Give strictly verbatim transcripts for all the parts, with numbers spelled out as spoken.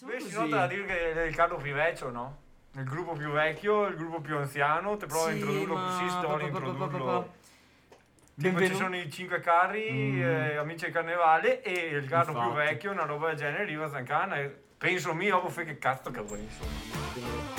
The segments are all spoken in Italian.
Beh, si nota da dire che è il carro più vecchio, no? Il gruppo più vecchio, il gruppo più anziano, te provo a Sì, introdurlo ma- così, sto pa- a pa- pa- pa- introdurlo. pa- Tipo Benvenu- ci sono i cinque carri, Mm. eh, amici del carnevale, e il carro più Infatti. vecchio, una roba del genere, Riva Zancana, e penso mio, dopo fai che cazzo che vuoi, insomma.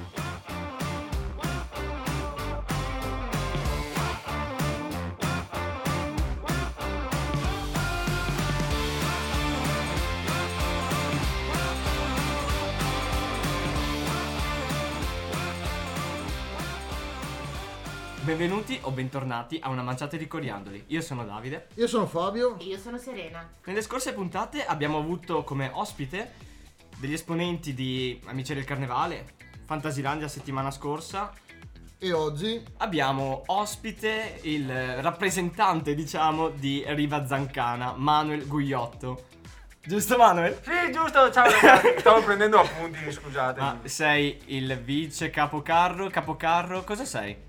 Benvenuti o bentornati a una manciata di coriandoli. Io sono Davide. Io sono Fabio. Io sono Serena. Nelle scorse puntate abbiamo avuto come ospite degli esponenti di Amici del Carnevale, Fantasilandia settimana scorsa. E oggi Abbiamo ospite il rappresentante, diciamo, di Riva Zancana, Manuel Gugliotto. Giusto, Manuel? Sì, giusto, ciao ragazzi, stavo prendendo appunti, scusate. Ma sei il vice capocarro, capocarro, cosa sei?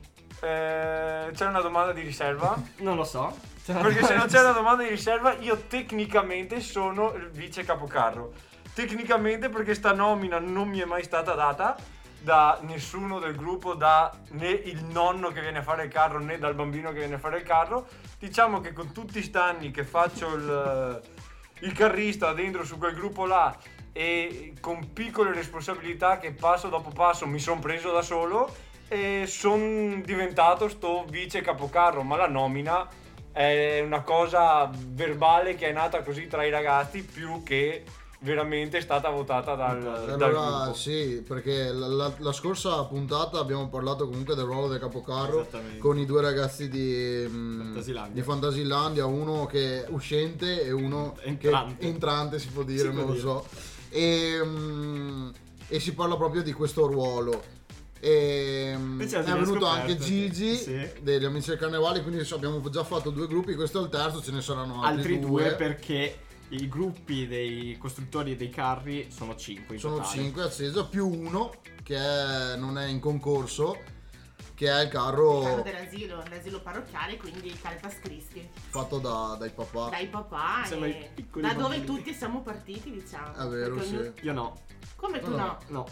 Eh, c'è una domanda di riserva? Non lo so. Perché se non c'è una domanda di riserva, io tecnicamente sono il vice capocarro. Tecnicamente perché sta nomina non mi è mai stata data da nessuno del gruppo, da né il nonno che viene a fare il carro né dal bambino che viene a fare il carro. Diciamo che con tutti sti anni che faccio il, il carrista dentro su quel gruppo là e con piccole responsabilità che passo dopo passo mi sono preso da solo e sono diventato sto vice capocarro, ma la nomina è una cosa verbale che è nata così tra i ragazzi più che veramente è stata votata dal, dal allora gruppo. sì, perché la, la- la scorsa puntata abbiamo parlato comunque del ruolo del capocarro Esattamente. con i due ragazzi di, mm, Fantasilandia. di Fantasilandia, uno che è uscente e uno Entrante. che entrante si può dire, Si non può lo dire. so. E, mm, e si parla proprio di questo ruolo. E mm, Invece è abbiamo venuto scoperto anche che- Gigi sì. degli Amici del Carnevale, quindi abbiamo già fatto due gruppi, questo è il terzo, ce ne saranno altri, Altri due perché i gruppi dei costruttori e dei carri sono cinque in Sono totale. cinque acceso più uno che è- non è in concorso, che è il Il carro carro dell'asilo, l'asilo parrocchiale, quindi il Caritas Christi. fatto da- dai papà. Dai papà Sembra i e piccoli da dove bambini. tutti siamo partiti, diciamo. È vero, Perché sì. ognuno- Io no. Come tu No, no? No.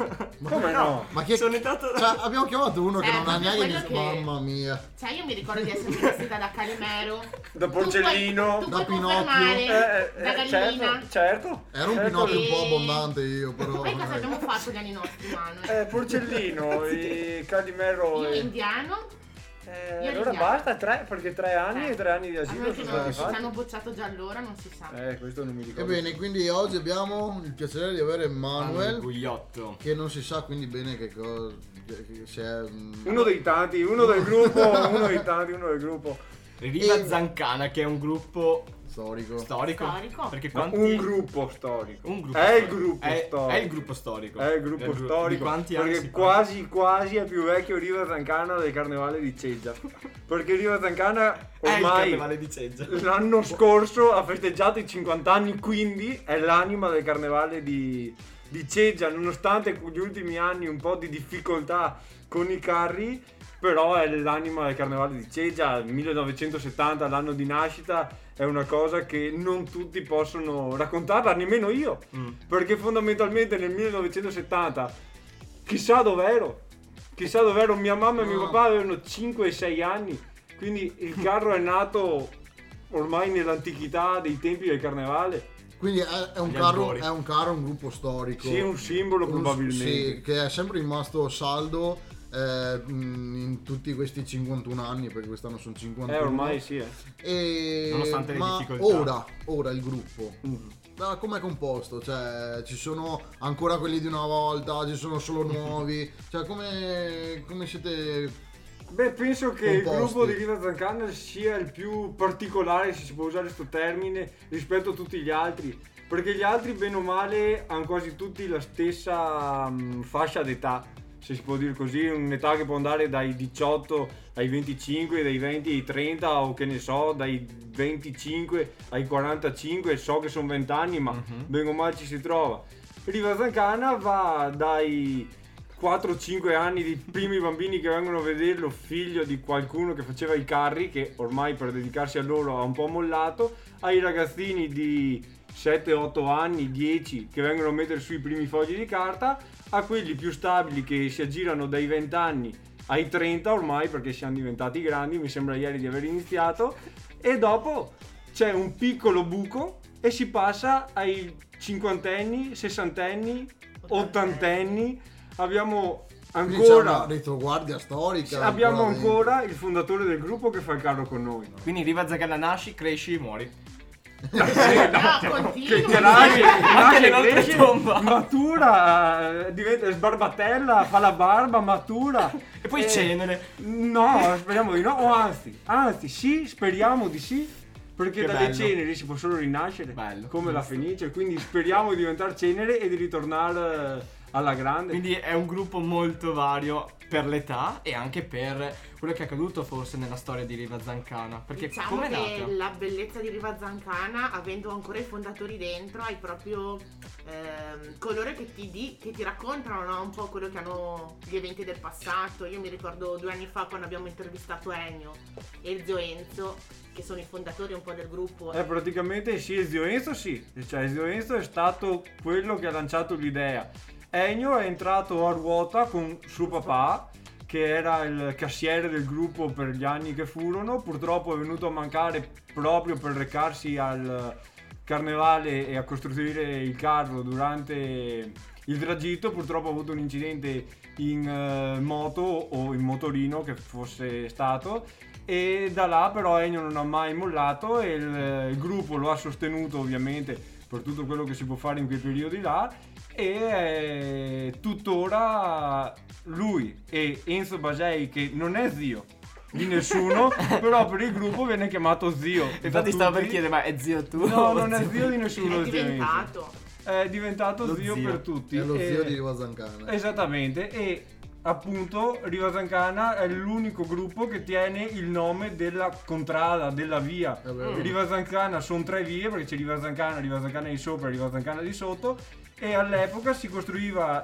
Come no? Ma che Sono entrato cioè, abbiamo chiamato uno che Eh, non ha ma neanche quello detto, che- mamma mia. Cioè io mi ricordo di essere vestita da Calimero. Da Tu Porcellino. puoi- Tu Da puoi Pinocchio. confermare, Eh, eh, da eh, Gallina. certo, certo. Era un Certo. Pinocchio un po' E- abbondante io, però. Poi cosa dai. abbiamo fatto gli anni nostri, Manu? Eh, Porcellino, e Calimero. Io e- indiano. Eh, io allora indiano. basta, tre, perché tre anni Eh. e tre anni di A asilo noi sono che stati non ci fatti. hanno bocciato già allora, non si sa. Eh, questo non mi ricordo. Ebbene, quindi oggi abbiamo il piacere di avere Manuel, Gugliotto. che non si sa quindi bene che cosa, che- se è mm, Uno dei tanti, uno del gruppo, uno dei tanti, uno del gruppo. Riva E- Zancana, che è un gruppo storico. storico. Storico. Perché Ma quanti... un gruppo storico. Un gruppo è il storico. gruppo È- storico. È il gruppo storico. È il gruppo Del gru- storico. Di quanti anni perché si quasi quasi è più vecchio Riva Zancana del carnevale di Ceggia. Perché Riva Zancana parla? È il ormai carnevale di Ceggia. l'anno scorso ha festeggiato i cinquanta anni, quindi è l'anima del carnevale di, di Ceggia, nonostante gli ultimi anni un po' di difficoltà con i carri, però è l'anima del carnevale di Ceggia. Il millenovecentosettanta, l'anno di nascita, è una cosa che non tutti possono raccontarla, nemmeno io, Mm. perché fondamentalmente nel millenovecentosettanta chissà dov'ero, chissà dov'ero, mia mamma e mio No. papà avevano cinque e sei anni, quindi il carro è nato ormai nell'antichità dei tempi del carnevale. Quindi è, è un Gli carro, albori. è un carro, un gruppo storico. Sì, un simbolo Un- probabilmente. Sì, che è sempre rimasto saldo eh, mh, in tutti questi cinquantuno anni, perché quest'anno sono cinquantuno. Eh, ormai sì, eh. E... Nonostante le ma difficoltà. ora, ora il gruppo. Ma com'è composto? Cioè, ci sono ancora quelli di una volta, ci sono solo nuovi. Cioè, come, come siete. Beh, penso che il Composti. gruppo di Riva Zancana sia il più particolare, se si può usare questo termine, rispetto a tutti gli altri. Perché gli altri, bene o male, hanno quasi tutti la stessa mh, fascia d'età, se si può dire così, un'età che può andare dai diciotto ai venticinque, dai venti ai trenta, o che ne so, dai venticinque ai quarantacinque, so che sono venti anni, ma Mhm. bene o male ci si trova. Riva Zancana va dai quattro cinque anni di primi bambini che vengono a vederlo, figlio di qualcuno che faceva i carri, che ormai per dedicarsi a loro ha un po' mollato, ai ragazzini di sette otto anni, dieci che vengono a mettere sui primi fogli di carta, a quelli più stabili che si aggirano dai venti anni ai trenta ormai, perché siamo diventati grandi, mi sembra ieri di aver iniziato, e dopo c'è un piccolo buco e si passa ai cinquantenni, sessantenni, ottantenni. Abbiamo Quindi c'è una ancora retroguardia storica. abbiamo dentro. ancora il fondatore del gruppo che fa il carro con noi. Quindi Riva Zangana nasci, cresci, muori. No, Che, continua. che nasce, nasce, nell'oltre cresce, tomba. matura, eh, diventa sbarbatella, fa la barba, matura. E poi Eh, cenere. No, speriamo di no, o anzi, anzi sì, speriamo di sì, perché Che dalle bello. ceneri si può solo rinascere, Bello, come la giusto. Fenice, quindi speriamo di diventare cenere e di ritornare eh, alla grande. Quindi è un gruppo molto vario per l'età e anche per quello che è accaduto forse nella storia di Riva Zancana. Perché Diciamo come è che nata? la bellezza di Riva Zancana, avendo ancora i fondatori dentro, hai proprio ehm, coloro che ti, di, che ti raccontano, no? Un po' quello che hanno gli eventi del passato. Io mi ricordo due anni fa quando abbiamo intervistato Ennio e il zio Enzo, che sono i fondatori un po' del gruppo. Eh, praticamente sì, zio Enzo sì, cioè zio Enzo è stato quello che ha lanciato l'idea. Ennio è entrato a ruota con suo papà, che era il cassiere del gruppo per gli anni che furono, purtroppo è venuto a mancare proprio per recarsi al carnevale e a costruire il carro durante il tragitto. Purtroppo ha avuto un incidente in eh, moto o in motorino che fosse stato, e da là però Ennio non ha mai mollato e il, il gruppo lo ha sostenuto ovviamente per tutto quello che si può fare in quei periodi là, e eh, tuttora lui e Enzo Basei, che non è zio di nessuno però per il gruppo viene chiamato zio. da Infatti stavo per tutti. chiedere, ma è zio tu? No, o non è zio di nessuno. è zio Enzo. diventato. È diventato Lo zio, zio. per tutti. È lo e- zio di Riva Zancana. Esattamente, e appunto Riva Zancana è l'unico gruppo che tiene il nome della contrada, della via. È vero. Riva Zancana sono tre vie, perché c'è Riva Zancana, Riva Zancana di sopra e Riva Zancana di sotto, e all'epoca si costruiva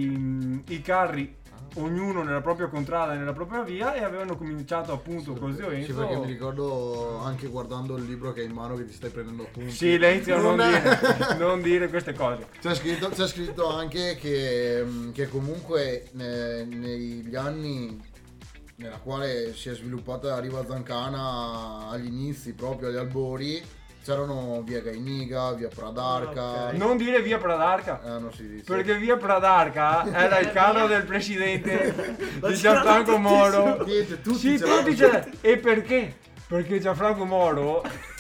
i, i carri ognuno nella propria contrada, nella propria via, e avevano cominciato appunto con zio Sì, Enzo. perché mi ricordo anche guardando il libro che hai in mano che ti stai prendendo appunti. Silenzio, non, Non è- dire, non dire queste cose. C'è scritto, c'è scritto anche che, che comunque ne- negli anni nella quale si è sviluppata la Riva Zancana, agli inizi, proprio agli albori, c'erano via Gainiga, via Pradarca. Ok. Non dire via Pradarca. Eh, non si dice. Perché via Pradarca era il carro del presidente Ma di c'erano Gianfranco tutti Moro. Niente, tutti Sì, ce l'hanno. tutti ce l'hanno. E perché? Perché Gianfranco Moro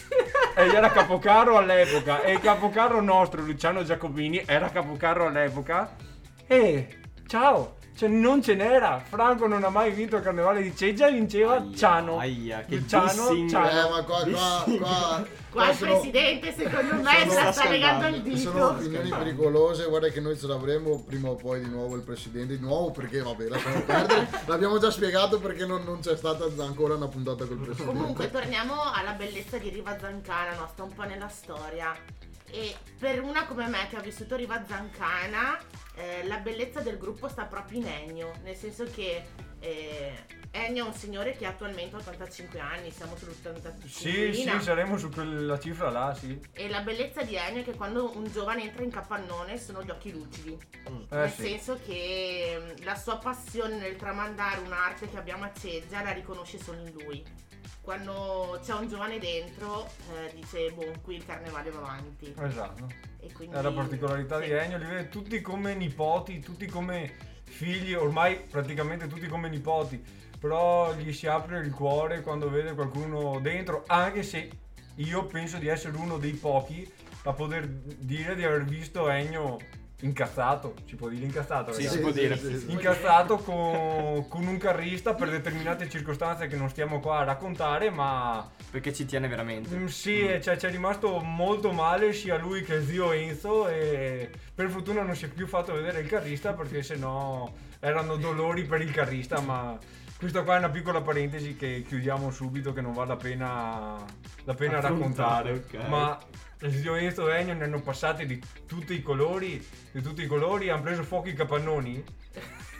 ed era capocarro all'epoca, e il capocarro nostro Luciano Giacobini era capocarro all'epoca, e ciao, cioè non ce n'era. Franco non ha mai vinto il carnevale di Ceggia e vinceva Aia, Ciano. aia, che Luciano dissing. Ciano. Eh, ma qua, qua, qua, Qua il sono- presidente secondo me sono- se la sta sta legando il scaldando. sono dito. opinioni pericolose, guarda che noi ce l'avremo prima o poi di nuovo il presidente, di nuovo perché vabbè lasciamo perdere, l'abbiamo già spiegato perché non, non c'è stata ancora una puntata col presidente. Comunque torniamo alla bellezza di Riva Zancana, no? Sta un po' nella storia. E per una come me che ha vissuto Riva Zancana, eh, la bellezza del gruppo sta proprio in Ennio, nel senso che eh, Ennio è un signore che attualmente ha ottantacinque anni, siamo sull'ottantacinque. Sì, sì, saremo su quella cifra là, sì. E la bellezza di Ennio è che quando un giovane entra in capannone sono gli occhi lucidi. Eh, Nel sì. senso che mm, la sua passione nel tramandare un'arte che abbiamo a Ceggia la riconosce solo in lui. Quando c'è un giovane dentro eh, dice, boh, qui il carnevale va avanti. Esatto. E quindi, È la particolarità sì. di Ennio, li vede tutti come nipoti, tutti come figli, ormai praticamente tutti come nipoti, però gli si apre il cuore quando vede qualcuno dentro, anche se io penso di essere uno dei pochi a poter dire di aver visto Ennio incazzato, si può dire incazzato? Sì, ragazzi? si può dire. sì, sì. Incazzato con, con un carrista per determinate circostanze che non stiamo qua a raccontare, ma Perché ci tiene veramente. Mm, sì, cioè, ci è rimasto molto male sia lui che zio Enzo, e per fortuna non si è più fatto vedere il carrista perché sennò erano dolori per il carrista, ma questa qua è una piccola parentesi che chiudiamo subito, che non vale la pena, la pena Affrontare, raccontare. ok. Ma zio Enzo e Ennio ne hanno passati di tutti i colori, di tutti i colori, hanno preso fuoco i capannoni.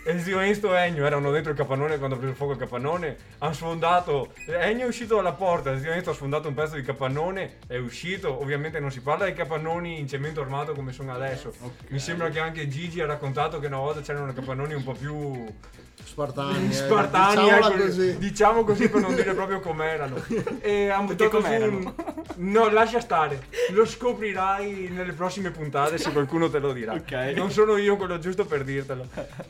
e zio Enzo e Ennio erano dentro il capannone quando ha preso fuoco il capannone, hanno sfondato, Ennio è uscito dalla porta, zio Enzo ha sfondato un pezzo di capannone, è uscito, ovviamente non si parla di capannoni in cemento armato come sono adesso, Okay. mi sembra che anche Gigi ha raccontato che una volta c'erano capannoni un po' più Spartani, eh, spartani, diciamola ecco, così. diciamo così per non dire proprio com'erano. E hanno Perché buttato su com'erano? un... No, lascia stare, lo scoprirai nelle prossime puntate se qualcuno te lo dirà. Ok. Non sono io quello giusto per dirtelo.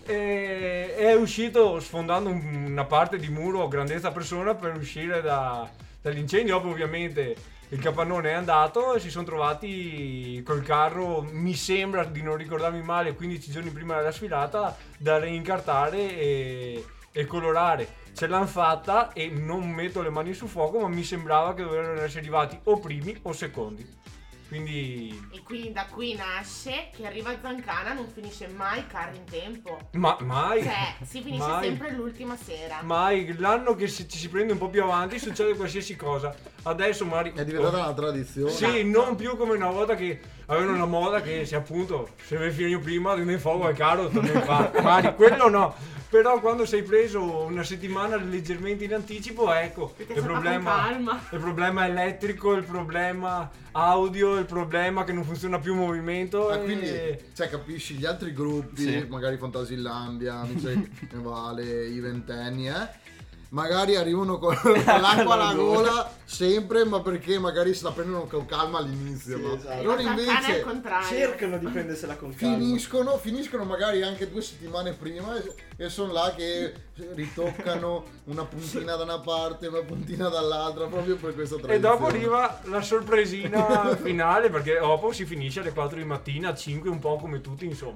E è uscito sfondando un- una parte di muro grandezza persona per uscire da- dall'incendio. Dopo ovviamente il capannone è andato e si sono trovati col carro, mi sembra di non ricordarmi male, quindici giorni prima della sfilata, da reincartare e, e colorare. Ce l'hanno fatta e non metto le mani sul fuoco, ma mi sembrava che dovevano essere arrivati o primi o secondi. Quindi... E quindi da qui nasce che arriva a Zancana non finisce mai carri in tempo. Ma mai... Cioè, si finisce mai. sempre l'ultima sera. Mai, l'anno che si- ci si prende un po' più avanti succede qualsiasi cosa. Adesso magari... È diventata una tradizione. Sì, non più come una volta che avevano una moda che se appunto se avevi finito prima di fuoco al carro torni in fa. Magari quello no. Però quando sei preso una settimana leggermente in anticipo, ecco, Perché il si fa con problema, calma. il problema elettrico, il problema audio, il problema che non funziona più il movimento. Ah, e- quindi, cioè, capisci gli altri gruppi, Sì. magari Fantasillandia, Amici Nevale, i ventenni, eh? Magari arrivano con l'acqua alla gola sempre, ma perché magari se la prendono con calma all'inizio, no? esatto. Loro A Zancana è il invece contrario. Cercano di prendersela con calma. finiscono, finiscono magari anche due settimane prima e, e sono là che ritoccano una puntina da una parte, una puntina dall'altra, proprio per questa E tradizione. dopo arriva la sorpresina finale, perché dopo si finisce alle quattro di mattina, a cinque un po' come tutti, insomma.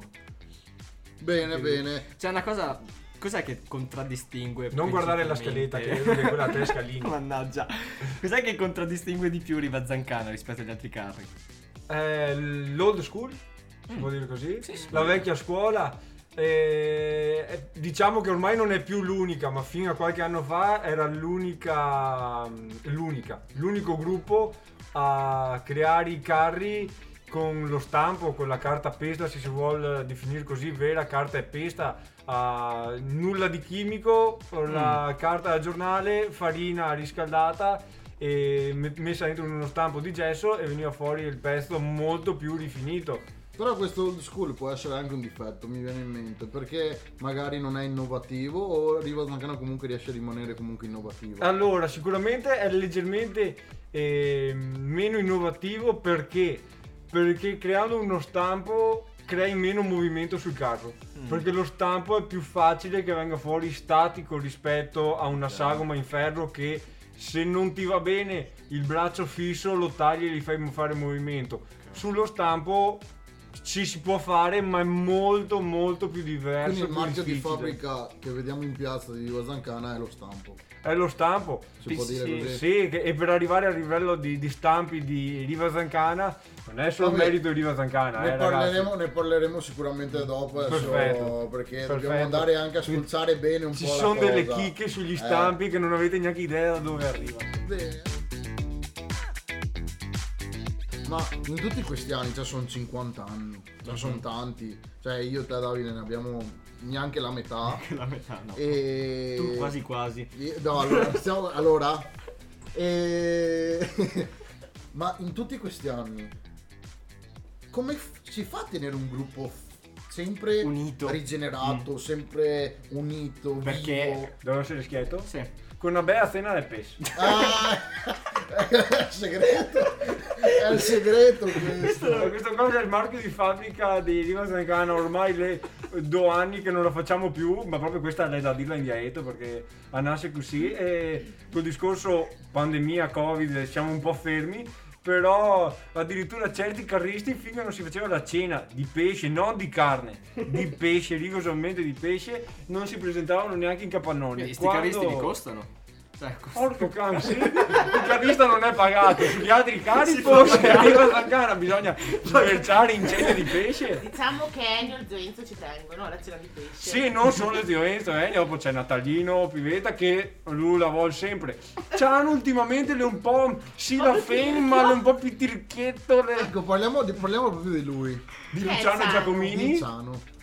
Bene, bene. C'è una cosa. Cos'è che contraddistingue? Non guardare la scaletta, che principalmente- è quella a tre scalini. Mannaggia. Cos'è che contraddistingue di più Riva Zancana rispetto agli altri carri? Eh, l'old school, si può dire così, Sì, sì. la vecchia scuola. eh, eh, diciamo che ormai non è più l'unica, ma fino a qualche anno fa era l'unica, l'unica, l'unico gruppo a creare i carri con lo stampo, con la carta pesta, se si vuole definire così, vera carta e pesta, a nulla di chimico, con la carta da giornale, farina riscaldata e me- messa dentro in uno stampo di gesso e veniva fuori il pezzo molto più rifinito. Però questo old school può essere anche un difetto, mi viene in mente, perché magari non è innovativo o Riva Zancana comunque riesce a rimanere comunque innovativo. Allora, sicuramente è leggermente eh, meno innovativo perché perché creando uno stampo crei meno movimento sul carro. Perché lo stampo è più facile che venga fuori statico rispetto a una sagoma in ferro che se non ti va bene il braccio fisso lo tagli e gli fai fare movimento. Sullo stampo ci si può fare, ma è molto molto più diverso. Quindi il più marchio di difficile. fabbrica che vediamo in piazza di Riva Zancana è lo stampo. È lo stampo. Si può dire sì, così? sì, che- e per arrivare al livello di, di stampi di Riva Zancana non è solo Vabbè, merito di Riva Zancana, Ne eh, parleremo, ragazzi. ne parleremo sicuramente dopo, adesso, Perfetto. perché Perfetto. dobbiamo andare anche a spulciare bene un Ci po' la sono delle cosa. chicche sugli Eh. stampi che non avete neanche idea da dove arrivano. Bene. Ma in tutti questi anni, cioè sono cinquanta anni, cioè sono tanti, cioè io e te Davide ne abbiamo neanche la metà. La metà no. E... Tu quasi quasi. Io- No, allora, stiamo, allora e... ma in tutti questi anni come f- si fa a tenere un gruppo f- sempre Unito. rigenerato, sempre unito, Perché- vivo? Devo essere schietto? Sì. Con una bella cena del pesce. Ah, è il segreto, è il segreto questo. Questo qua è il marchio di fabbrica di Riva Zancana, ormai le due anni che non la facciamo più, ma proprio questa è da dirla in dialetto perché a nasce così e col discorso pandemia, covid siamo un po' fermi, però addirittura certi carristi finché non si faceva la cena di pesce, non di carne, di pesce, rigorosamente di pesce, non si presentavano neanche in capannone. Quindi sti Quando- carristi vi costano. Cioè, costa- Porco cane, sì, il carrista non è pagato, sugli altri cari forse arriva a Zancana, bisogna smerciare in cena di pesce. Diciamo che Ennio e Zio Enzo ci tengono alla cena di pesce. Sì, non solo zio Enzo, eh, dopo c'è Natalino, Pivetta che lui la vuole sempre. C'hanno ultimamente le un po', sì la femma, le un po' più tirchietto, le... Ecco, parliamo, di- parliamo proprio di lui, di Che è Luciano sano. Giacomini. Luciano.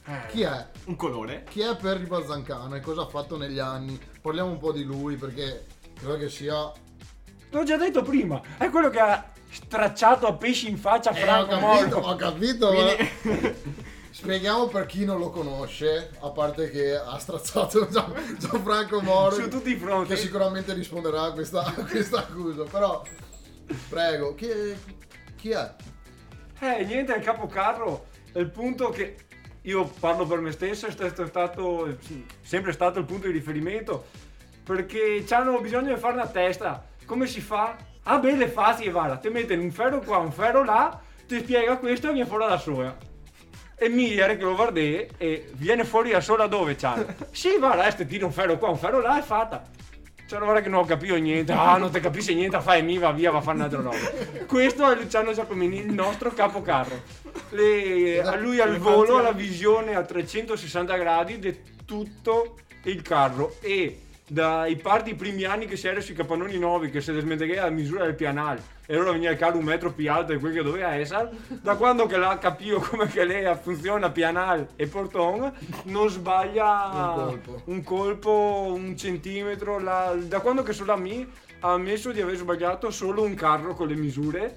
Eh. Chi è? Un colore. Chi è per Riva Zancana e cosa ha fatto negli anni? Parliamo un po' di lui perché credo che sia... L'ho già detto prima, è quello che ha stracciato a pesci in faccia a Eh, ho Franco capito, Moro. ho capito. ma- Quindi... Spieghiamo per chi non lo conosce, a parte che ha strazzato Gian- Gianfranco Moro, Su tutti i fronti. che sicuramente risponderà a questa, a questa accusa. Però, prego, chi è? Chi è? Eh, niente, è il capocarro. È il punto che io parlo per me stesso, è stato, stato sì, sempre stato il punto di riferimento. Perché hanno bisogno di fare una testa. Come si fa? Ah, beh, è facile, guarda, ti mette un ferro qua, un ferro là, ti spiega questo e viene fuori la soia. E mi era che lo guardai e viene fuori la sola dove c'hanno. Sì, guarda, este tira un ferro qua, un ferro là, è fatta. Cioè, guarda che non ho capito niente. Ah, non ti capisci niente, fai mi, va via, va a fare un'altra roba. Questo è Luciano Giacomini, il nostro capocarro. Le, a lui al volo, alla visione a trecentosessanta gradi di tutto il carro. E dai parti primi anni che si era sui capannoni nuovi, che si smentegava a misura del pianale, e allora veniva il carro un metro più alto di quel che doveva essere. Da quando che l'ha capito come che lei funziona pianale e portone, non sbaglia Un colpo. un colpo, un centimetro. La, da quando che sono a me ha ammesso di aver sbagliato solo un carro con le misure.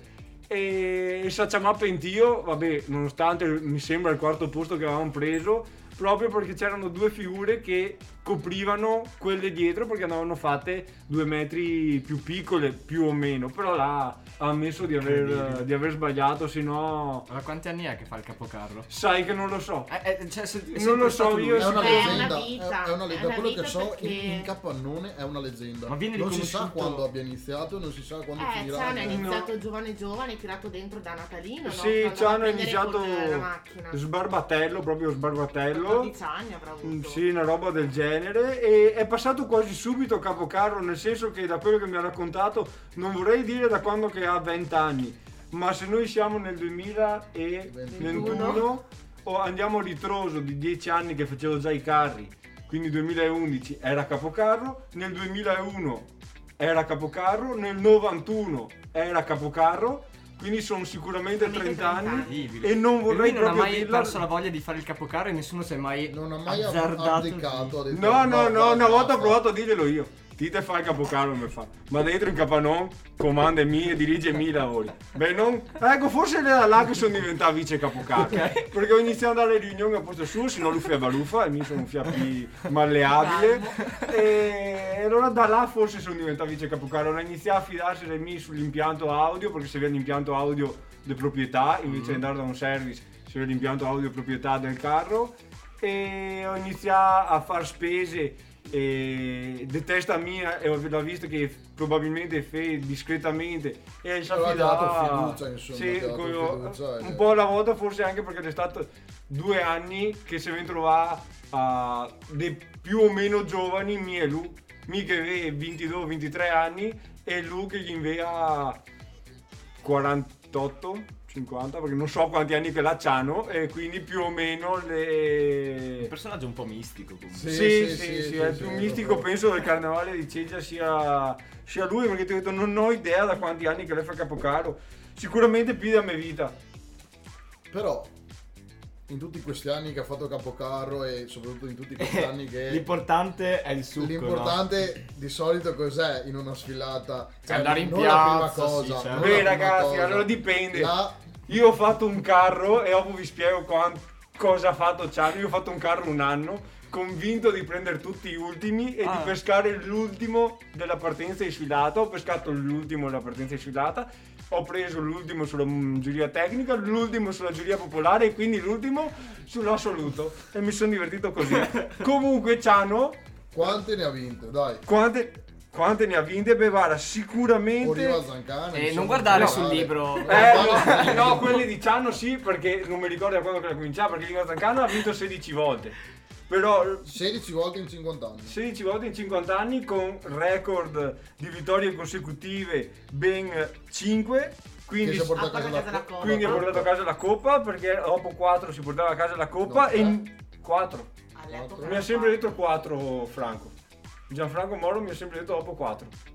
E Sacciamà Pentio, vabbè, nonostante mi sembra il quarto posto che avevamo preso, proprio perché c'erano due figure che coprivano quelle dietro, perché andavano fatte due metri più piccole, più o meno. Però là ha ammesso di aver, di aver sbagliato, se no Ma quanti anni è che fa il capocarro? sai che non lo so. Eh, eh, cioè, se- è Non sempre lo stato so, lui. io È una È una leggenda. vita, È, è una è leggenda. una Quello che vita so perché- in, in capannone è una leggenda. Ma viene non si sa riconosciuto- quando abbia iniziato, non si sa quando Eh, finirà. Ciano è No. iniziato giovane giovane, tirato dentro da Natalino, no? Sì, Quando ci hanno va a prendere iniziato con la macchina. sbarbatello, proprio sbarbatello. quattordici anni avrà Mm, avuto. Sì, una roba del genere. E è passato quasi subito capocarro, nel senso che da quello che mi ha raccontato, non vorrei dire da quando che ha venti anni, ma se noi siamo nel duemilaventuno o andiamo a ritroso di dieci anni che facevo già i carri, quindi duemilaundici era capocarro, nel duemilauno era capocarro, nel novantuno era capocarro, quindi sono sicuramente Sicuramente trenta anni Incredibile. e non vorrei Lui non ha proprio mai dirla. perso la voglia di fare il capocarro e nessuno si è mai Non ha mai azzardato abdicato. ha detto, No, no, no, guarda, una volta basta. ho provato a dirglielo io. Dite fa il capocarro mi fa. Ma dentro in capanon comanda mi e dirige mi i lavori. Beh, non. Ecco, forse era là che sono diventato vice capocarro. Perché ho iniziato ad andare alle riunioni a posto suo, se no lui fa baruffa e mi sono un fiappi malleabile. E allora da là forse sono diventato vice capocarro. Ho iniziato a fidarsi di me sull'impianto audio, perché se aveva l'impianto audio di proprietà, invece di andare da un service, se aveva l'impianto audio proprietà del carro. E ho iniziato a far spese e di testa mia e ho visto che probabilmente fe discretamente e ci ha Però ti ha dato fidato- fiducia, insomma, sì, ti ha dato quello- fiducia, un eh. po' alla volta forse anche perché è stato due anni che si vengono trovare a dei più o meno giovani mi e lui, mi che aveva ventidue ventitré anni e lui che gli aveva quarantotto cinquanta, perché non so quanti anni che la c'hanno, e quindi più o meno Un le... personaggio un po' mistico comunque. Sì, Sì, sì, sì, sì, sì, sì, è il sì, più sì, mistico proprio. penso del carnevale di Ceggia sia, sia lui, perché ti ho detto non ho idea da quanti anni che lei fa capocarro, sicuramente più da me vita. Però in tutti questi anni che ha fatto capocarro e soprattutto in tutti questi anni che L'importante è il succo, l'importante di solito cos'è in una sfilata? Cioè, andare in non piazza, la prima sì, cosa. certo. non Beh la prima ragazzi, cosa. allora dipende. La- Io ho fatto un carro e dopo vi spiego quan- cosa ha fatto Ciano. Io ho fatto un carro un anno, convinto di prendere tutti gli ultimi e Ah. di pescare l'ultimo della partenza di sfilata. Ho pescato l'ultimo della partenza di sfilata, ho preso l'ultimo sulla mm, giuria tecnica, l'ultimo sulla giuria popolare e quindi l'ultimo sull'assoluto. E mi sono divertito così. Comunque Ciano, Quante ne ha vinte? Dai. quante, quante ne ha vinte? Beh, guarda, sicuramente... Oriva Zancana. E insomma, non guardare no, sul vale. libro. Eh, no, no, quelli di Ciano sì, perché non mi ricordo da quando che l'ha cominciato, perché Liga Zancano ha vinto sedici volte. Però sedici volte in cinquanta anni. sedici volte in cinquanta anni con record di vittorie consecutive ben cinque, quindi, Che si è portato Ah, a casa portato la, a casa la coppa. quindi ha portato a casa la coppa, perché dopo quattro si portava a casa la coppa No, e in quattro. All'epoca Mi ha sempre detto quattro Franco. Gianfranco Moro mi ha sempre detto dopo quattro.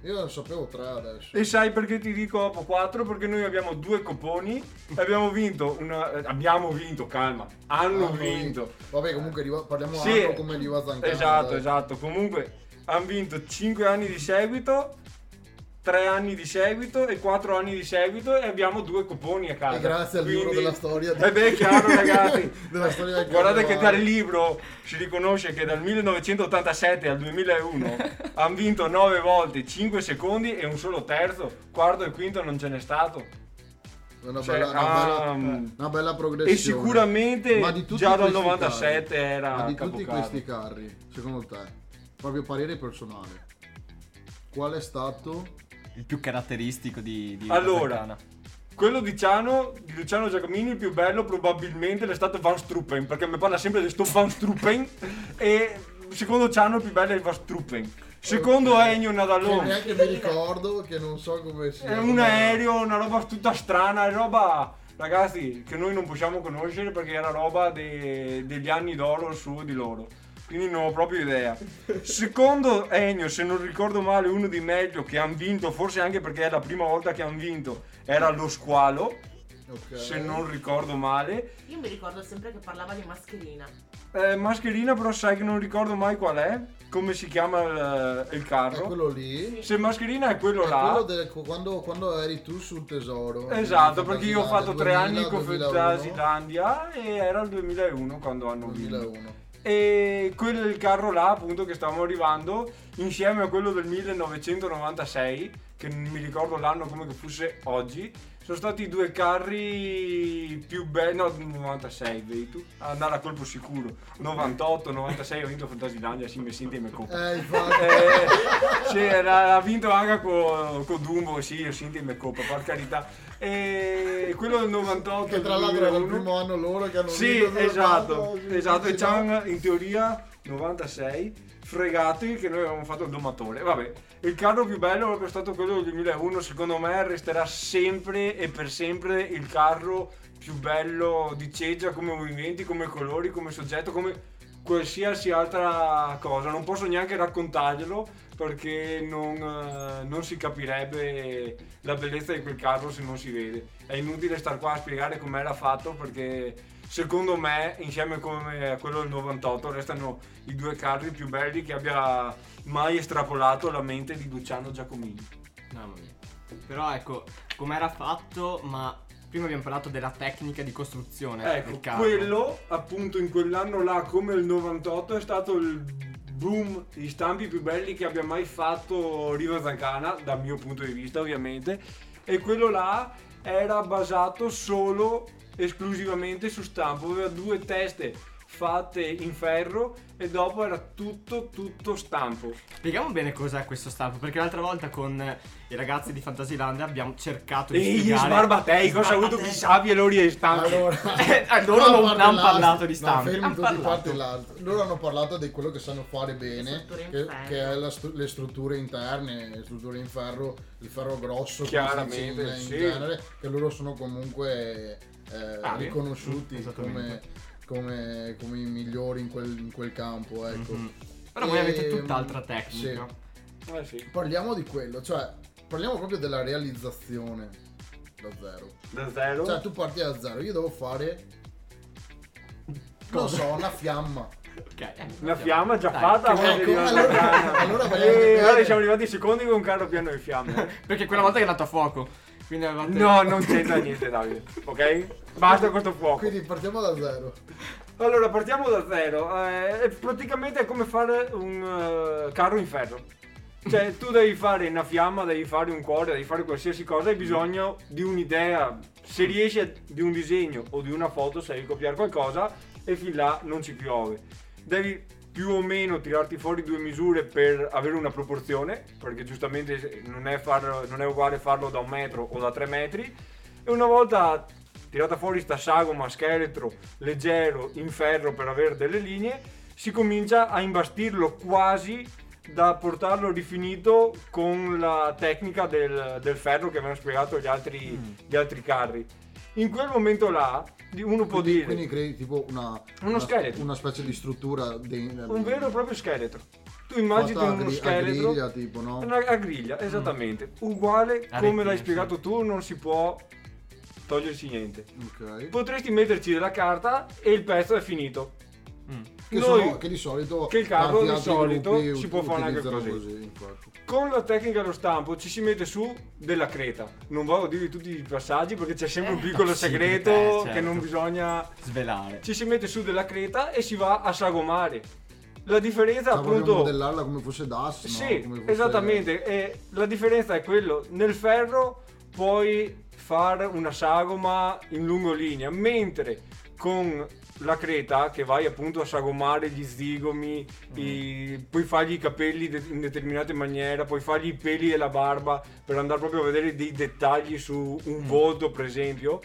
Io non sapevo tre adesso. E sai perché ti dico dopo quattro? Perché noi abbiamo due coponi e abbiamo vinto una... eh, abbiamo vinto, calma, hanno Ah, vinto. Vabbè, comunque Riva- parliamo Sì, altro come Riva Zancana. esatto, dai. esatto. Comunque hanno vinto cinque anni di seguito, tre anni di seguito e quattro anni di seguito e abbiamo due coponi a casa. E grazie al libro Quindi- della storia di- Eh beh, chiaro ragazzi. della storia del Guardate che carnevale. dal libro si riconosce che dal millenovecentottantasette al duemilauno hanno vinto nove volte, cinque secondi e un solo terzo. Quarto e quinto non ce n'è stato. Una Cioè, bella, una bella- um, una bella progressione. E sicuramente Ma di tutti già dal questi novantasette carri, era Ma di tutti capocarro. questi carri, secondo te, proprio parere personale, qual è stato Il più caratteristico di, di Allora, Zancana. quello di Ciano, di Luciano Giacomini, il più bello probabilmente è stato Van Struppen, perché mi parla sempre di sto Van Struppen e secondo Ciano il più bello è il Van Struppen. Secondo Ok. Ennio che Nadalone neanche mi ricordo, che non so come sia. è un aereo, una roba tutta strana, è roba, ragazzi, che noi non possiamo conoscere perché era roba de- degli anni d'oro su di loro. Quindi non ho proprio idea. Secondo Ennio, se non ricordo male, uno di meglio che hanno vinto, forse anche perché è la prima volta che hanno vinto, era lo Squalo, Ok. se non ricordo male. Io mi ricordo sempre che parlava di mascherina. Eh, mascherina, però sai che non ricordo mai qual è, come si chiama il, il È carro. quello lì. Se mascherina è quello È là. quello del- quando, quando eri tu sul tesoro. Esatto, in perché io ho fatto tre Fantasilandia, anni con duemilauno, Fantasilandia e era il duemilauno quando hanno vinto. duemilauno. E quello del carro là, appunto, che stavamo arrivando, insieme a quello del millenovecentonovantasei, che non mi ricordo l'anno come che fosse oggi, sono stati i due carri più belli. No, novantasei, vedi tu? Andare a colpo sicuro. novantotto, novantasei ho vinto Fantasilandia, sì, mi senti e me coppa. Eh, infatti. Eh, sì, era- ha vinto anche con, con Dumbo, sì, io senti me coppa, per carità. E quello del novantotto, Che tra l'altro era il duemilauno. primo anno loro che hanno Sì, vinto. quello esatto, fatto, esatto. E sì, c'hanno in teoria novantasei fregati che noi avevamo fatto il domatore. Vabbè, il carro più bello è proprio stato quello del duemilauno. Secondo me resterà sempre e per sempre il carro più bello di Ceggia, come movimenti, come colori, come soggetto, come qualsiasi altra cosa. Non posso neanche raccontarglielo perché non, eh, non si capirebbe la bellezza di quel carro se non si vede. È inutile star qua a spiegare com'era fatto perché secondo me, insieme come a quello del novantotto, restano i due carri più belli che abbia mai estrapolato la mente di Luciano Giacomini. Mamma mia. Però ecco, com'era fatto, ma prima abbiamo parlato della tecnica di costruzione Ecco, del carro. quello appunto in quell'anno là come il novantotto è stato il boom, gli stampi più belli che abbia mai fatto Riva Zancana, dal mio punto di vista ovviamente, e quello là era basato solo esclusivamente su stampo, aveva due teste fatte in ferro e dopo era tutto tutto stampo. Spieghiamo bene cos'è questo stampo, perché l'altra volta con eh, i ragazzi di Fantasilandia abbiamo cercato di E gli spiegare. sbarbatei, cosa ha avuto chi sabbia e loro gli stampi. Allora, Eh, loro non- non hanno parlato di No, stampi. fermi Han tutti parlato. parte l'altro. Loro hanno parlato di quello che sanno fare bene, strutture in che, ferro. che è la stru- le strutture interne, le strutture in ferro, il ferro grosso, come si Chiaramente, dice in, sì. in genere, che loro sono comunque eh, Ah, sì. riconosciuti Esattamente. come, come, come i migliori in quel, in quel campo, ecco. Mhm. Però voi avete Ehm, tutt'altra tecnica. sì. Eh sì, Parliamo di quello, cioè parliamo proprio della realizzazione da zero. da zero. Cioè tu parti da zero, io devo fare, non so, una fiamma. Ok, eh, Una fiamma già Dai, fatta, che- ma ecco, è rimasta allora- grana. allora vai E anche ora bene. siamo arrivati secondi con un carro pieno di fiamme. Perché quella volta che è andato a fuoco. Quindi avevate... No, non c'entra niente, Davide, ok? Basta questo fuoco. Quindi partiamo da zero. Allora, partiamo da zero. Eh, è praticamente è come fare un eh, carro in ferro. Cioè, tu devi fare una fiamma, devi fare un cuore, devi fare qualsiasi cosa, hai bisogno di un'idea. Se riesci a, di un disegno o di una foto, sai copiare qualcosa e fin là non ci piove. Devi più o meno tirarti fuori due misure per avere una proporzione, perché giustamente non è, farlo, non è uguale farlo da un metro o da tre metri. E una volta tirata fuori sta sagoma, scheletro, leggero, in ferro per avere delle linee, si comincia a imbastirlo quasi da portarlo rifinito con la tecnica del, del ferro che avevano spiegato gli altri, gli altri carri. In quel momento là di- uno può Quindi, dire quindi crei tipo una, Uno una, scheletro. una specie di struttura de- un vero e proprio scheletro. Tu immagini fatta a uno gri- a scheletro griglia, tipo, no? una- a griglia, esattamente, uguale A come l'hai rettilineo, spiegato tu, non si può togliersi niente. Ok. Potresti metterci della carta e il pezzo è finito. Mm. Che, Noi- sono- che di solito che il carro tanti di altri solito gruppi si può fare anche utilizzano così. infatti. Con la tecnica dello stampo ci si mette su della creta. Non vado a dirvi tutti i passaggi perché c'è sempre un piccolo Sì, segreto eh, certo. che non bisogna. Svelare. Ci si mette su della creta e si va a sagomare. La differenza Stavo proprio appunto. modellarla come fosse DAS, no? Sì, Come fosse- esattamente. E la differenza è quello: nel ferro puoi fare una sagoma in lungolinea, mentre con la creta che vai appunto a sagomare gli zigomi, i- puoi fargli i capelli de- in determinate maniere, puoi fargli i peli e la barba per andare proprio a vedere dei dettagli su un volto, per esempio.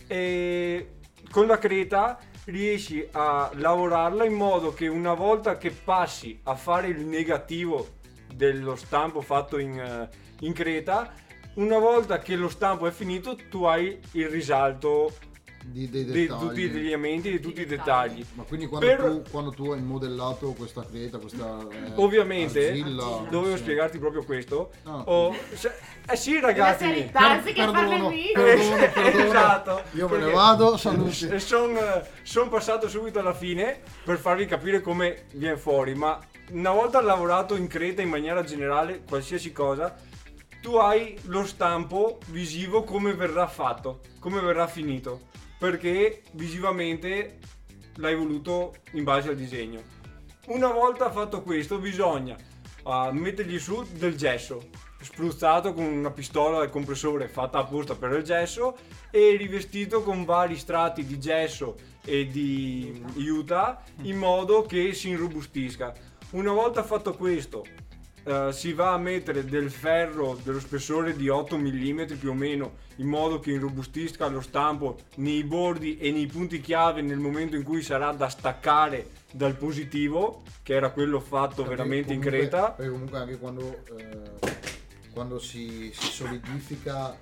E con la creta riesci a lavorarla in modo che una volta che passi a fare il negativo dello stampo fatto in, eh, in creta, una volta che lo stampo è finito tu hai il risalto di, dei di dettagli. tutti gli elementi, di tutti i dettagli. dettagli. Ma quindi quando, Per- tu, quando tu hai modellato questa creta, questa eh, Ovviamente, argilla, Argilla. dovevo sì. spiegarti proprio questo. No. Ho- se- eh sì La ragazzi, serie mi- Tarsi che Per- parla perdono, lì. perdono, perdono. Esatto, Io me ne perché- vado, saluti. E sono son passato subito alla fine per farvi capire come viene fuori, ma una volta lavorato in creta in maniera generale, qualsiasi cosa, tu hai lo stampo visivo come verrà fatto, come verrà finito, perché visivamente l'hai voluto in base al disegno. Una volta fatto questo bisogna uh, mettergli su del gesso spruzzato con una pistola del compressore fatta apposta per il gesso e rivestito con vari strati di gesso e di juta in modo che si irrobustisca. Una volta fatto questo eh, si va a mettere del ferro dello spessore di otto millimetri più o meno in modo che irrobustisca lo stampo nei bordi e nei punti chiave nel momento in cui sarà da staccare dal positivo, che era quello fatto Perché veramente in comunque- creta. Perché comunque anche quando, eh, quando si, si solidifica,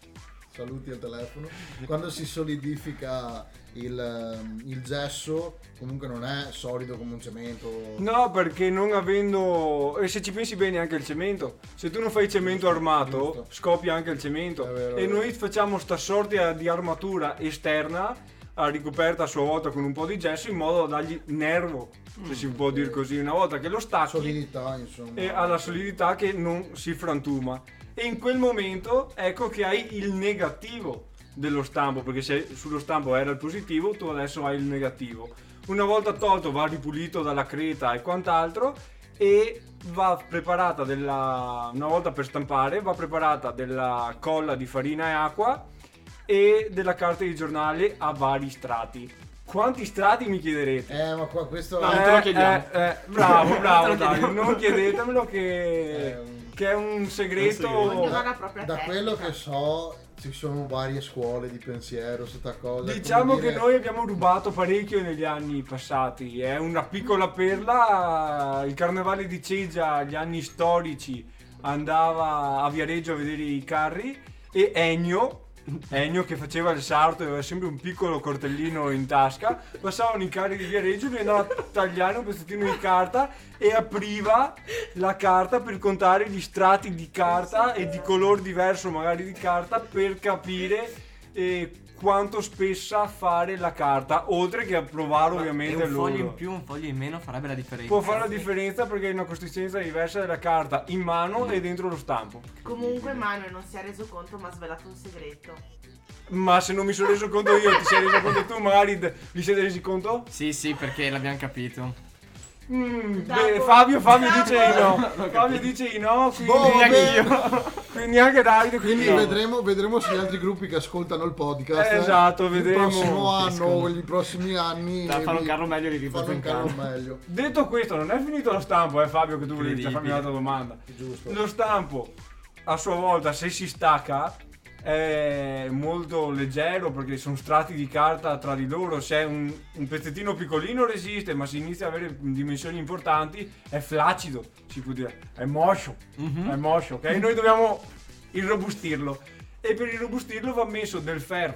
saluti al telefono, quando si solidifica il, ehm, il gesso comunque non è solido come un cemento. No, perché non avendo. E se ci pensi bene anche il cemento. Se tu non fai cemento armato, giusto. scoppia anche il cemento. È vero, e è vero. noi facciamo sta sorta di armatura esterna, a ricoperta a sua volta con un po' di gesso, in modo da dargli nervo, se si può dire così. Una volta che lo stacchi, Solidità, insomma. e ha la solidità che non si frantuma. E in quel momento ecco che hai il negativo dello stampo, perché se sullo stampo era il positivo, tu adesso hai il negativo. Una volta tolto va ripulito dalla creta e quant'altro e va preparata della una volta per stampare va preparata della colla di farina e acqua e della carta di giornale a vari strati. Quanti strati mi chiederete? Eh, ma qua questo No, è... non te lo chiediamo. Eh, eh, bravo, bravo, Non te lo dai, chiediamo. non chiedetemelo che, Eh, che è un segreto. Ognuno ha la propria Da tecnica. quello che so ci sono varie scuole di pensiero su sta cosa. Diciamo come che dire- noi abbiamo rubato parecchio negli anni passati, è una piccola perla, il carnevale di Ceggia agli anni storici andava a Viareggio a vedere i carri e Ennio, Ennio che faceva il sarto e aveva sempre un piccolo coltellino in tasca, passavano i carri di Viareggio, lui andava a tagliare un pezzettino di carta e apriva la carta per contare gli strati di carta e di color diverso magari di carta per capire eh, quanto spessa fare la carta, oltre che a provare ovviamente E un foglio loro. in più, un foglio in meno farebbe la differenza. Può fare la differenza perché è una consistenza diversa della carta in mano e dentro lo stampo. Comunque Manuel non si è reso conto ma ha svelato un segreto. Ma se non mi sono reso conto io, ti sei reso conto tu, magari d- vi siete resi conto? Sì, sì, perché l'abbiamo capito. Mm, Dopo- beh, Fabio, Fabio dopo- dice di no. L'ho Fabio capito. dice di no, quindi, Boh, anche vabbè. io. Quindi anche Davide, Quindi quindi no. vedremo, vedremo se gli altri gruppi che ascoltano il podcast Eh, esatto, il vedremo. prossimo anno Capiscono. o i prossimi anni Da fare un vi- carro meglio di fanno un Riva carro meglio. Detto questo, non è finito lo stampo, eh Fabio, che tu volevi Incredibile. farmi un'altra domanda. Giusto. Lo stampo, a sua volta, se si stacca, è molto leggero perché sono strati di carta tra di loro. Se è un, un pezzettino piccolino resiste, ma si inizia ad avere dimensioni importanti, è flaccido, si può dire. È moscio, è moscio, ok? Noi dobbiamo irrobustirlo. E per irrobustirlo va messo del ferro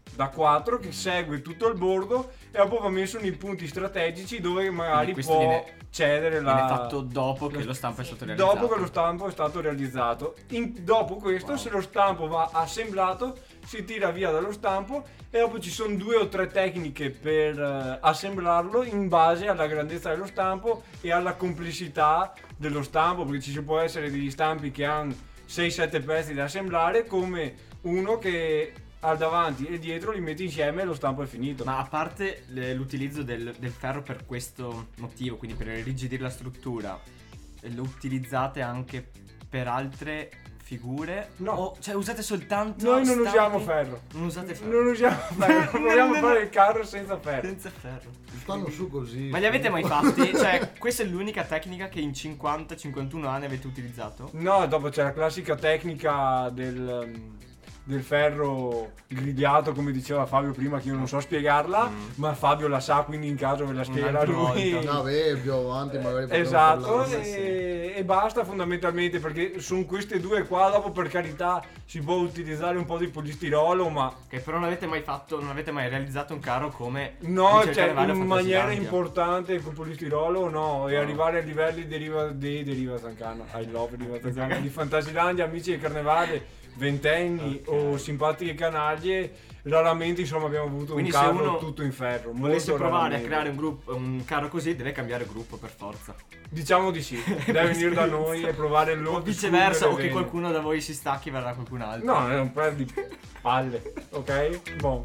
da quattro che segue tutto il bordo e dopo va messo nei punti strategici dove magari Quindi questo può viene- cedere la... Viene fatto dopo che lo stampo è stato realizzato. Dopo che lo stampo è stato realizzato. In- dopo questo, Wow. se lo stampo va assemblato, si tira via dallo stampo e dopo ci sono due o tre tecniche per eh, assemblarlo in base alla grandezza dello stampo e alla complessità dello stampo, perché ci può essere degli stampi che hanno sei sette pezzi da assemblare, come uno che al davanti e dietro li metti insieme e lo stampo è finito. Ma a parte le- l'utilizzo del, del ferro per questo motivo, quindi per irrigidire la struttura, eh, lo utilizzate anche per altre figure? No. O, cioè usate soltanto Noi non stampi? usiamo ferro. Non usate ferro? Non usiamo ferro, proviamo a fare il carro senza ferro. Senza ferro. Stanno su così. Ma li avete mai fatti? Cioè, questa è l'unica tecnica che in cinquanta cinquantuno anni avete utilizzato? No, dopo c'è la classica tecnica del, del ferro grigliato, come diceva Fabio prima, che io non so spiegarla, Mm. ma Fabio la sa, quindi in caso ve la spiega Un'altra lui. volta. No, beh, più avanti magari potremmo Esatto, parlarne. e, e basta fondamentalmente, perché sono queste due qua. Dopo, per carità, si può utilizzare un po' di polistirolo, ma Che però non avete mai fatto, non avete mai realizzato un carro come no, dice il cioè Carnevale in a maniera Fantasillandia. importante con polistirolo no, e No. arrivare ai livelli deriva, dei Deriva Zancana, I love Deriva Zancana, di Fantasilandia, amici del Carnevale, ventenni Ok. o simpatiche canaglie, raramente insomma abbiamo avuto Quindi un se carro uno tutto in ferro. Volesse molto provare raramente. a creare un gruppo, un carro così, deve cambiare gruppo per forza. Diciamo di sì, deve venire da noi e provare O l'old viceversa, school o che delle vene. qualcuno da voi si stacchi e verrà qualcun altro. No, è un paio di palle, ok? Boh.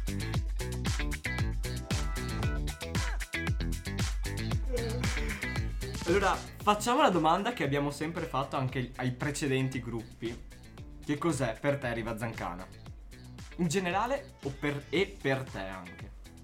Allora, facciamo la domanda che abbiamo sempre fatto anche ai precedenti gruppi. Che cos'è per te Riva Zancana? In generale o per, e per te anche?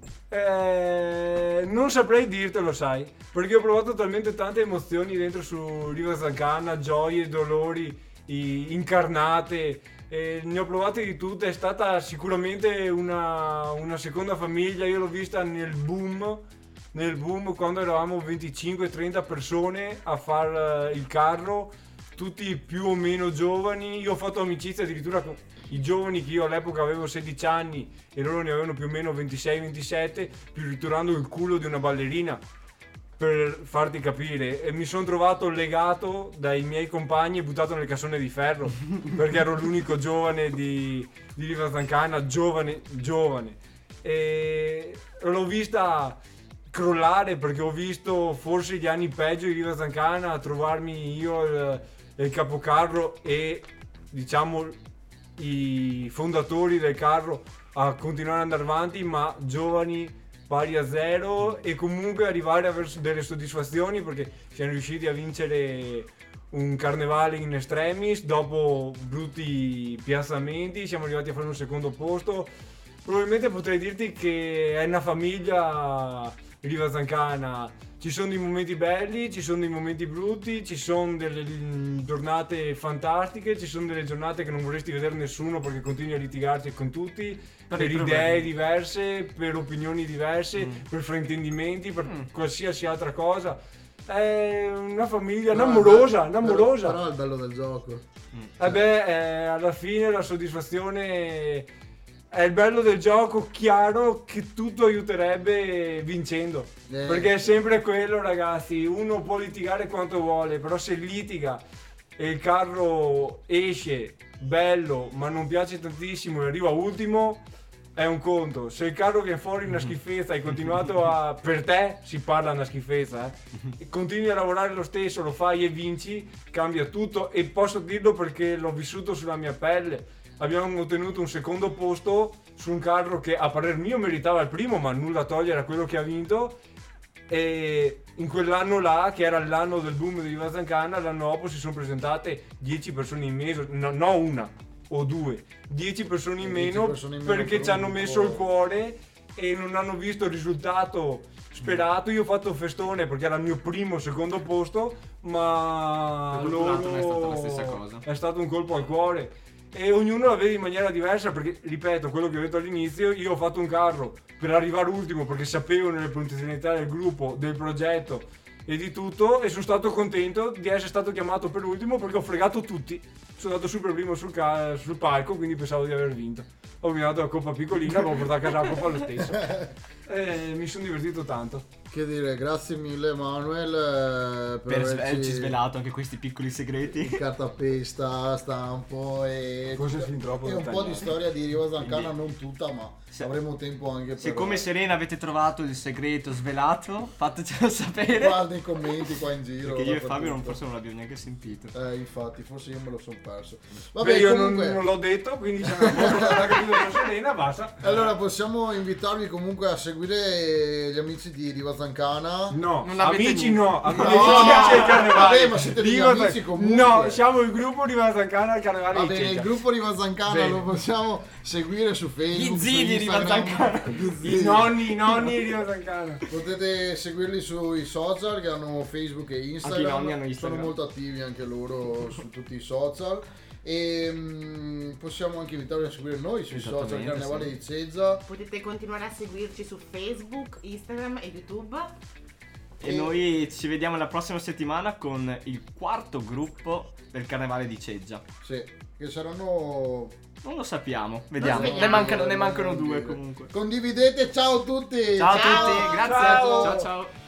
Eh, non saprei dirtelo, sai, perché ho provato talmente tante emozioni dentro su Riva Zancana, gioie, dolori, i- incarnate, eh, ne ho provate di tutte. È stata sicuramente una, una seconda famiglia. Io l'ho vista nel boom, nel boom quando eravamo venticinque trenta persone a fare il carro, tutti più o meno giovani. Io ho fatto amicizia addirittura con i giovani, che io all'epoca avevo sedici anni e loro ne avevano più o meno ventisei ventisette, più ritornando il culo di una ballerina, per farti capire. E mi sono trovato legato dai miei compagni e buttato nel cassone di ferro perché ero l'unico giovane di, di Riva Zancana, giovane, giovane. E l'ho vista crollare, perché ho visto forse gli anni peggio di Riva Zancana, a trovarmi io il, il capocarro e diciamo i fondatori del carro a continuare ad andare avanti, ma giovani pari a zero, e comunque arrivare a avere delle soddisfazioni perché siamo riusciti a vincere un carnevale in extremis dopo brutti piazzamenti. Siamo arrivati a fare un secondo posto. Probabilmente potrei dirti che è una famiglia Riva Zancana. Ci sono dei momenti belli, ci sono dei momenti brutti, ci sono delle mm, giornate fantastiche, ci sono delle giornate che non vorresti vedere nessuno perché continui a litigarti con tutti per, i idee problemi. diverse, per opinioni diverse, Mm. per fraintendimenti, per Mm. qualsiasi altra cosa. È una famiglia Però- inamorosa, però- inamorosa. Però è il bello del gioco. Eh beh, eh, alla fine la soddisfazione è il bello del gioco. Chiaro che tutto aiuterebbe vincendo, Eh. perché è sempre quello, ragazzi. Uno può litigare quanto vuole, però se litiga e il carro esce bello ma non piace tantissimo e arriva ultimo, è un conto. Se il carro viene fuori una schifezza, hai continuato a... per te si parla una schifezza, eh? E continui a lavorare lo stesso, lo fai e vinci, cambia tutto. E posso dirlo perché l'ho vissuto sulla mia pelle. Abbiamo ottenuto un secondo posto su un carro che a parer mio meritava il primo, ma nulla a togliere a quello che ha vinto. E in quell'anno là, che era l'anno del boom di Riva Zancana, l'anno dopo si sono presentate dieci persone in meno, no, no una o due, dieci persone in dieci meno, persone in meno perché per ci un hanno gruppo. messo il cuore e non hanno visto il risultato sperato. Io ho fatto festone perché era il mio primo secondo posto, ma Per qualcun altro loro non è stata la stessa cosa. è stato un colpo al cuore. E ognuno la vede in maniera diversa, perché ripeto quello che ho detto all'inizio: io ho fatto un carro per arrivare ultimo perché sapevo nelle potenzialità del gruppo, del progetto e di tutto, e sono stato contento di essere stato chiamato per ultimo perché ho fregato tutti. Sono andato super primo sul, ca- sul palco, quindi pensavo di aver vinto. ho minato la coppa piccolina, ma ho portato a casa la coppa lo stesso. Eh, mi sono divertito tanto. Che dire, grazie mille Manuel eh, per, Per averci averci svelato anche questi piccoli segreti. il cartapesta, stampo e, Forse fin troppo e un po' di dettagliato. storia di Riva Zancana, Quindi- non tutta, ma Se- avremo tempo anche per... Se come Serena avete trovato il segreto svelato, fatecelo sapere. Guarda i commenti qua in giro. Perché io e dappertutto. Fabio non, forse non l'abbiamo neanche sentito. Eh, infatti, forse io me lo sono perso. Beh, Vabbè, io comunque... non, non l'ho detto, quindi se non ho capito con Serena, basta. Allora possiamo invitarvi comunque a seguire gli amici di Riva Zancana. No, Non avete amici niente. no, amici No, piace il carnevale. vabbè, ma siete degli Dico- amici comunque. No, siamo il gruppo di Vazancana al carnevale Va di bene, il Cecca. gruppo Riva Zancana Bene. lo possiamo seguire su Facebook. Gli zii su di Riva Instagram. Zancana. Gli I zii. nonni, i nonni di Vazancana. Potete seguirli sui social che hanno Facebook e Instagram. Anche i nonni hanno Instagram. Sono molto attivi anche loro su tutti i social. E mm, possiamo anche invitarvi a seguire noi sui social Esattamente, Carnevale sì. di Cezza. Potete continuare a seguirci su Facebook, Instagram e YouTube. E noi ci vediamo la prossima settimana con il quarto gruppo del carnevale di Ceggia. Sì, che saranno... Non lo sappiamo, vediamo. vediamo. Ne mancano, ne mancano Non due dire. comunque. Condividete, ciao a tutti! Ciao a Ciao. tutti, grazie. Ciao. Ciao ciao.